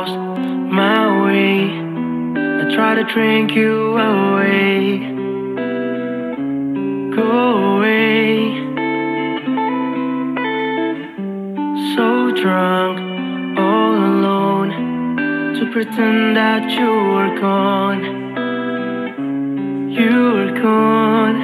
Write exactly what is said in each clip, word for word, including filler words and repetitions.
lost my way. I try to drink you away. Go away. So drunk, all alone, to pretend that you were gone. You were gone.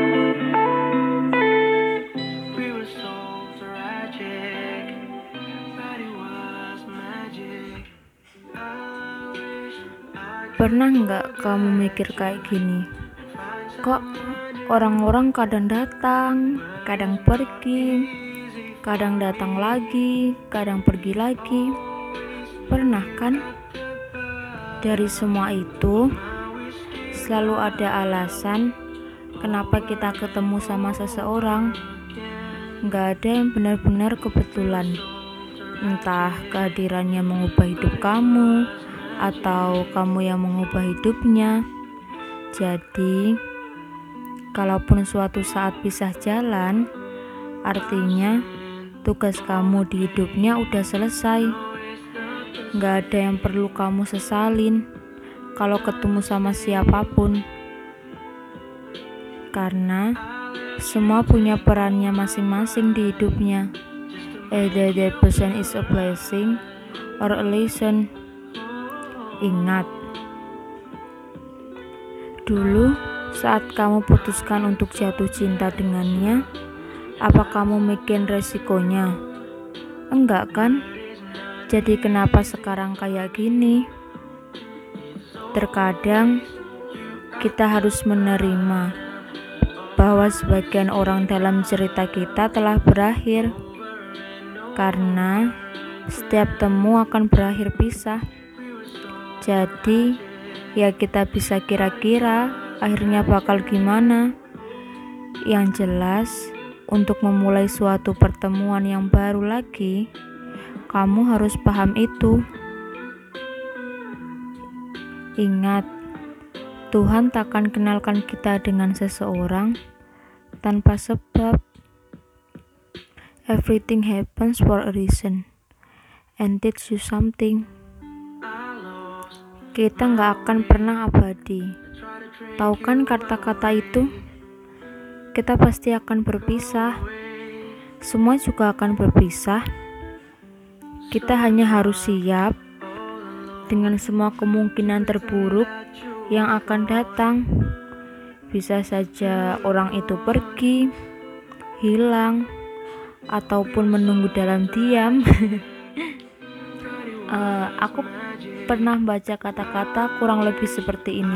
We were so tragic, but it was magic. I wish I could Pernah nggak kamu mikir kayak gini? Kok orang-orang kadang datang, kadang pergi, kadang datang lagi, kadang pergi lagi? Pernah kan? Dari semua itu, selalu ada alasan kenapa kita ketemu sama seseorang. Nggak ada yang benar-benar kebetulan. Entah kehadirannya mengubah hidup kamu, atau kamu yang mengubah hidupnya. Jadi, kalaupun suatu saat pisah jalan, artinya tugas kamu di hidupnya udah selesai. Nggak ada yang perlu kamu sesalin kalau ketemu sama siapapun, karena semua punya perannya masing-masing di hidupnya. Either that person is a blessing or a lesson. Ingat, dulu saat kamu putuskan untuk jatuh cinta dengannya, apa kamu mikir resikonya? Enggak kan? Jadi kenapa sekarang kayak gini? Terkadang kita harus menerima bahwa sebagian orang dalam cerita kita telah berakhir, karena setiap temu akan berakhir pisah. Jadi ya kita bisa kira-kira akhirnya bakal gimana. Yang jelas, untuk memulai suatu pertemuan yang baru lagi, kamu harus paham itu. Ingat, Tuhan takkan kenalkan kita dengan seseorang tanpa sebab. Everything happens for a reason and teach you something. Kita gak akan pernah abadi. Tahu kan kata-kata itu? Kita pasti akan berpisah. Semua juga akan berpisah. Kita hanya harus siap dengan semua kemungkinan terburuk yang akan datang. Bisa saja orang itu pergi, hilang, ataupun menunggu dalam diam. uh, Aku pernah baca kata-kata kurang lebih seperti ini: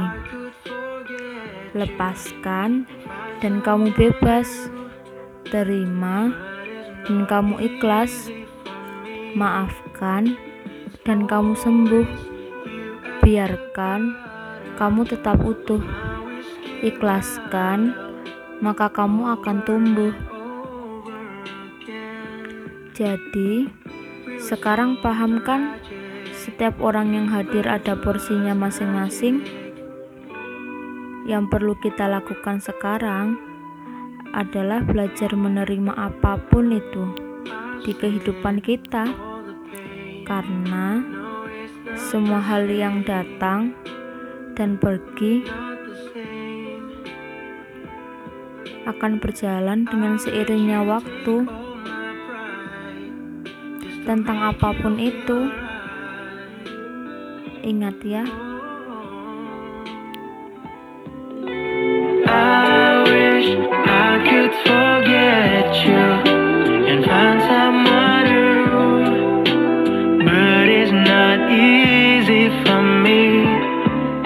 lepaskan dan kamu bebas, terima dan kamu ikhlas, maafkan dan kamu sembuh, biarkan kamu tetap utuh, ikhlaskan maka kamu akan tumbuh. Jadi sekarang paham kan, setiap orang yang hadir ada porsinya masing-masing. Yang perlu kita lakukan sekarang adalah belajar menerima apapun itu di kehidupan kita, karena semua hal yang datang dan pergi akan berjalan dengan seiringnya waktu. Tentang apapun itu, ingat ya. I wish I could forget you and find someone new, but it's not easy for